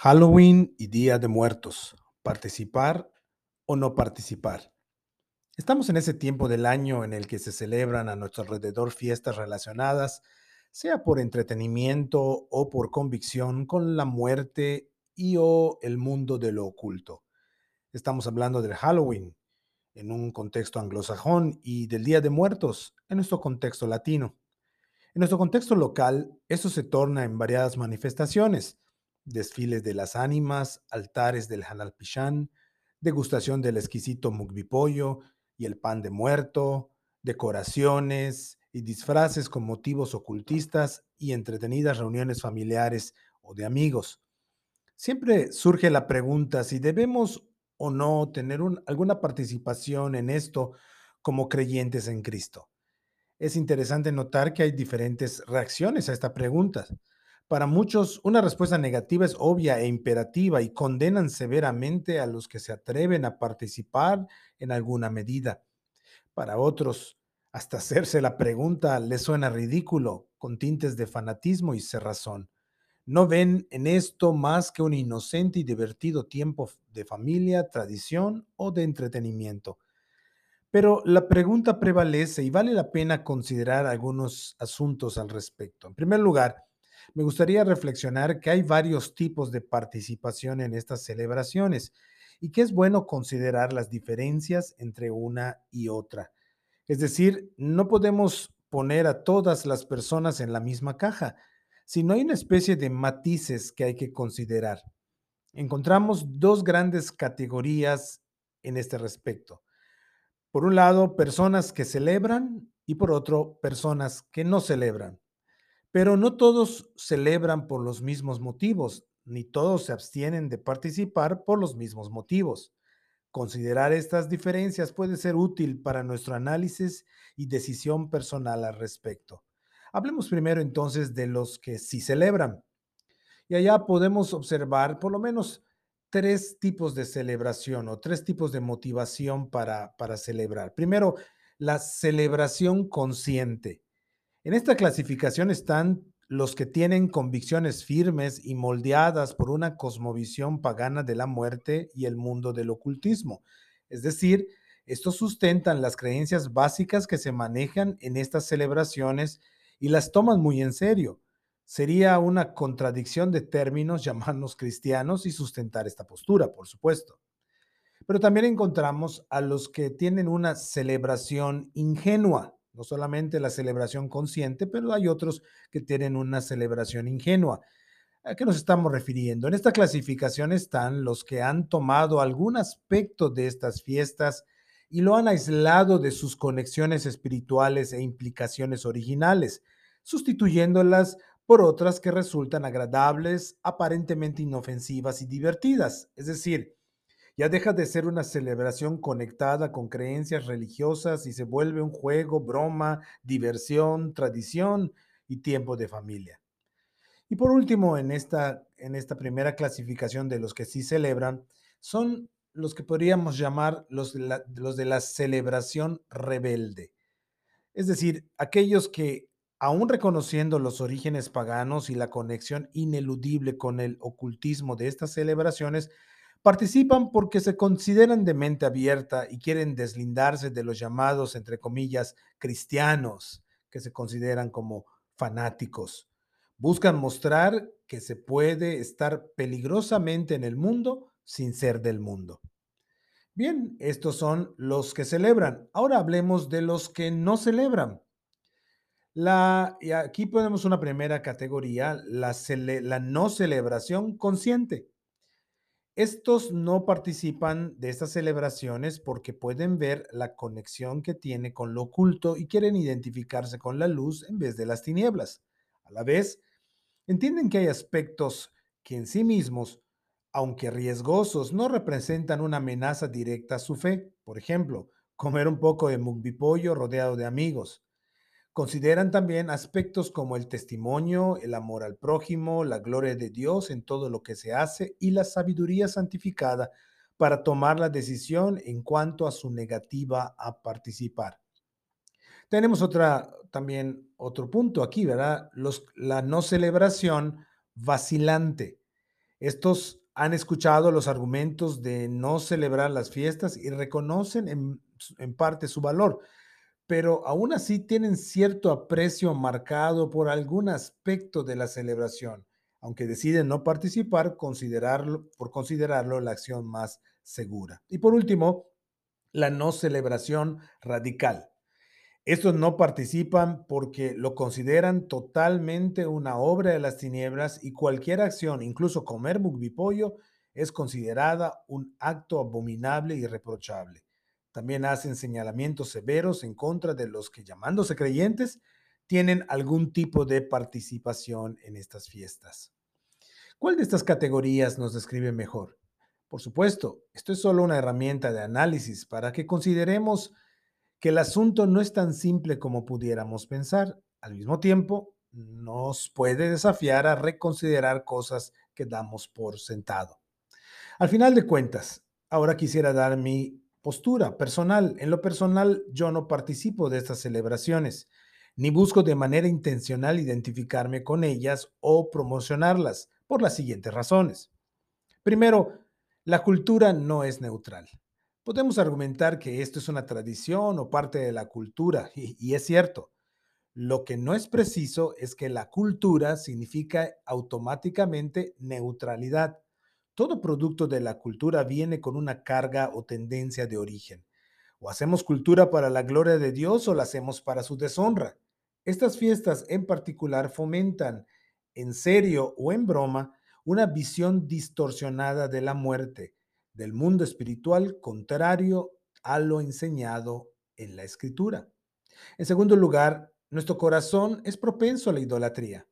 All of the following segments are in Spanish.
Halloween y Día de Muertos, participar o no participar. Estamos en ese tiempo del año en el que se celebran a nuestro alrededor fiestas relacionadas, sea por entretenimiento o por convicción, con la muerte y o el mundo de lo oculto. Estamos hablando del Halloween en un contexto anglosajón y del Día de Muertos en nuestro contexto latino. En nuestro contexto local, eso se torna en variadas manifestaciones: desfiles de las ánimas, altares del Halal Pishan, degustación del exquisito mukbi pollo y el pan de muerto, decoraciones y disfraces con motivos ocultistas y entretenidas reuniones familiares o de amigos. Siempre surge la pregunta si debemos o no tener alguna participación en esto como creyentes en Cristo. Es interesante notar que hay diferentes reacciones a esta pregunta. Para muchos, una respuesta negativa es obvia e imperativa y condenan severamente a los que se atreven a participar en alguna medida. Para otros, hasta hacerse la pregunta les suena ridículo, con tintes de fanatismo y cerrazón. No ven en esto más que un inocente y divertido tiempo de familia, tradición o de entretenimiento. Pero la pregunta prevalece y vale la pena considerar algunos asuntos al respecto. En primer lugar, me gustaría reflexionar que hay varios tipos de participación en estas celebraciones y que es bueno considerar las diferencias entre una y otra. Es decir, no podemos poner a todas las personas en la misma caja, sino hay una especie de matices que hay que considerar. Encontramos dos grandes categorías en este respecto: por un lado, personas que celebran y por otro, personas que no celebran. Pero no todos celebran por los mismos motivos, ni todos se abstienen de participar por los mismos motivos. Considerar estas diferencias puede ser útil para nuestro análisis y decisión personal al respecto. Hablemos primero entonces de los que sí celebran. Y allá podemos observar por lo menos tres tipos de celebración o tres tipos de motivación para celebrar. Primero, la celebración consciente. En esta clasificación están los que tienen convicciones firmes y moldeadas por una cosmovisión pagana de la muerte y el mundo del ocultismo. Es decir, estos sustentan las creencias básicas que se manejan en estas celebraciones y las toman muy en serio. Sería una contradicción de términos llamarnos cristianos y sustentar esta postura, por supuesto. Pero también encontramos a los que tienen una celebración ingenua, no solamente la celebración consciente, pero hay otros que tienen una celebración ingenua. ¿A qué nos estamos refiriendo? En esta clasificación están los que han tomado algún aspecto de estas fiestas y lo han aislado de sus conexiones espirituales e implicaciones originales, sustituyéndolas por otras que resultan agradables, aparentemente inofensivas y divertidas. Es decir, ya deja de ser una celebración conectada con creencias religiosas y se vuelve un juego, broma, diversión, tradición y tiempo de familia. Y por último, en esta primera clasificación de los que sí celebran, son los que podríamos llamar los de la celebración rebelde. Es decir, aquellos que, aún reconociendo los orígenes paganos y la conexión ineludible con el ocultismo de estas celebraciones, participan porque se consideran de mente abierta y quieren deslindarse de los llamados, entre comillas, cristianos, que se consideran como fanáticos. Buscan mostrar que se puede estar peligrosamente en el mundo sin ser del mundo. Bien, estos son los que celebran. Ahora hablemos de los que no celebran. Y aquí ponemos una primera categoría, la no celebración consciente. Estos no participan de estas celebraciones porque pueden ver la conexión que tiene con lo oculto y quieren identificarse con la luz en vez de las tinieblas. A la vez, entienden que hay aspectos que en sí mismos, aunque riesgosos, no representan una amenaza directa a su fe. Por ejemplo, comer un poco de mukbi pollo rodeado de amigos. Consideran también aspectos como el testimonio, el amor al prójimo, la gloria de Dios en todo lo que se hace y la sabiduría santificada para tomar la decisión en cuanto a su negativa a participar. Tenemos también otro punto aquí, ¿verdad? La no celebración vacilante. Estos han escuchado los argumentos de no celebrar las fiestas y reconocen en parte su valor, pero aún así tienen cierto aprecio marcado por algún aspecto de la celebración, aunque deciden no participar por considerarlo la acción más segura. Y por último, la no celebración radical. Estos no participan porque lo consideran totalmente una obra de las tinieblas y cualquier acción, incluso comer pollo, es considerada un acto abominable y reprochable. También hacen señalamientos severos en contra de los que, llamándose creyentes, tienen algún tipo de participación en estas fiestas. ¿Cuál de estas categorías nos describe mejor? Por supuesto, esto es solo una herramienta de análisis para que consideremos que el asunto no es tan simple como pudiéramos pensar. Al mismo tiempo, nos puede desafiar a reconsiderar cosas que damos por sentado. Al final de cuentas, ahora quisiera dar mi postura personal. En lo personal, yo no participo de estas celebraciones, ni busco de manera intencional identificarme con ellas o promocionarlas, por las siguientes razones. Primero, la cultura no es neutral. Podemos argumentar que esto es una tradición o parte de la cultura, y es cierto. Lo que no es preciso es que la cultura significa automáticamente neutralidad. Todo producto de la cultura viene con una carga o tendencia de origen. O hacemos cultura para la gloria de Dios o la hacemos para su deshonra. Estas fiestas en particular fomentan, en serio o en broma, una visión distorsionada de la muerte, del mundo espiritual contrario a lo enseñado en la escritura. En segundo lugar, nuestro corazón es propenso a la idolatría.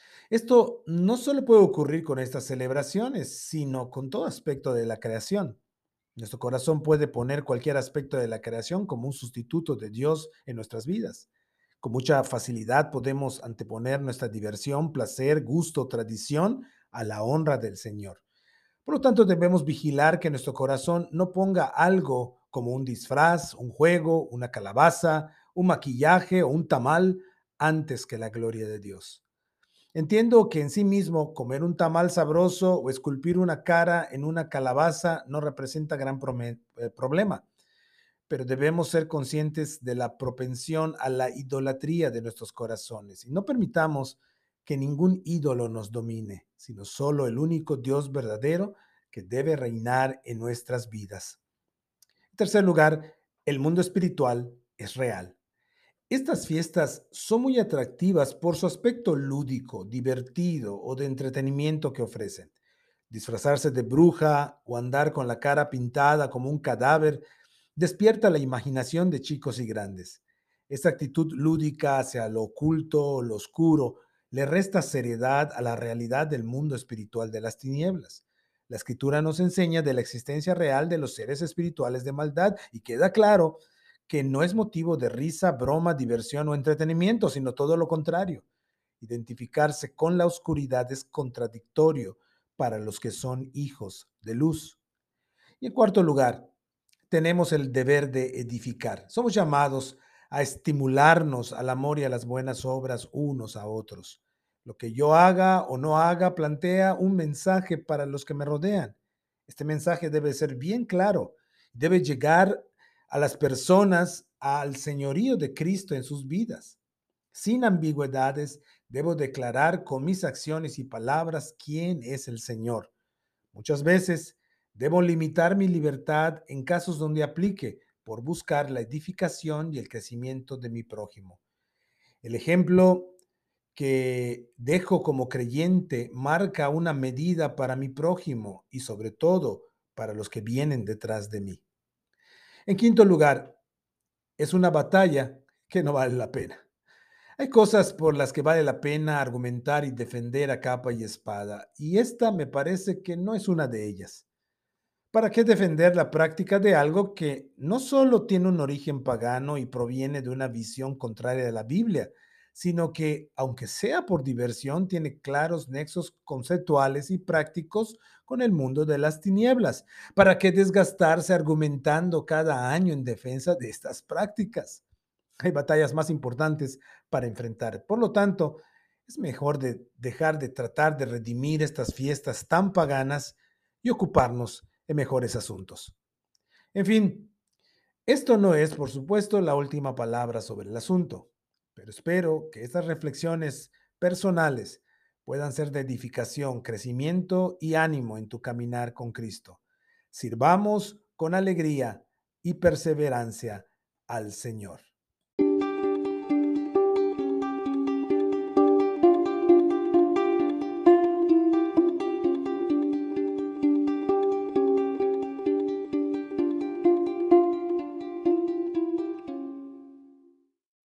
Esto no solo puede ocurrir con estas celebraciones, sino con todo aspecto de la creación. Nuestro corazón puede poner cualquier aspecto de la creación como un sustituto de Dios en nuestras vidas. Con mucha facilidad podemos anteponer nuestra diversión, placer, gusto, tradición a la honra del Señor. Por lo tanto, debemos vigilar que nuestro corazón no ponga algo como un disfraz, un juego, una calabaza, un maquillaje o un tamal antes que la gloria de Dios. Entiendo que en sí mismo comer un tamal sabroso o esculpir una cara en una calabaza no representa gran problema, pero debemos ser conscientes de la propensión a la idolatría de nuestros corazones y no permitamos que ningún ídolo nos domine, sino solo el único Dios verdadero que debe reinar en nuestras vidas. En tercer lugar, el mundo espiritual es real. Estas fiestas son muy atractivas por su aspecto lúdico, divertido o de entretenimiento que ofrecen. Disfrazarse de bruja o andar con la cara pintada como un cadáver despierta la imaginación de chicos y grandes. Esta actitud lúdica hacia lo oculto, lo oscuro, le resta seriedad a la realidad del mundo espiritual de las tinieblas. La escritura nos enseña de la existencia real de los seres espirituales de maldad y queda claro que no es motivo de risa, broma, diversión o entretenimiento, sino todo lo contrario. Identificarse con la oscuridad es contradictorio para los que son hijos de luz. Y en cuarto lugar, tenemos el deber de edificar. Somos llamados a estimularnos al amor y a las buenas obras unos a otros. Lo que yo haga o no haga plantea un mensaje para los que me rodean. Este mensaje debe ser bien claro, debe llegar a las personas al señorío de Cristo en sus vidas. Sin ambigüedades, debo declarar con mis acciones y palabras quién es el Señor. Muchas veces debo limitar mi libertad en casos donde aplique por buscar la edificación y el crecimiento de mi prójimo. El ejemplo que dejo como creyente marca una medida para mi prójimo y sobre todo para los que vienen detrás de mí. En quinto lugar, es una batalla que no vale la pena. Hay cosas por las que vale la pena argumentar y defender a capa y espada, y esta me parece que no es una de ellas. ¿Para qué defender la práctica de algo que no solo tiene un origen pagano y proviene de una visión contraria de la Biblia, sino que, aunque sea por diversión, tiene claros nexos conceptuales y prácticos con el mundo de las tinieblas? ¿Para qué desgastarse argumentando cada año en defensa de estas prácticas? Hay batallas más importantes para enfrentar. Por lo tanto, Es mejor dejar de tratar de redimir estas fiestas tan paganas y ocuparnos en mejores asuntos. En fin, esto no es, por supuesto, la última palabra sobre el asunto, pero espero que estas reflexiones personales puedan ser de edificación, crecimiento y ánimo en tu caminar con Cristo. Sirvamos con alegría y perseverancia al Señor.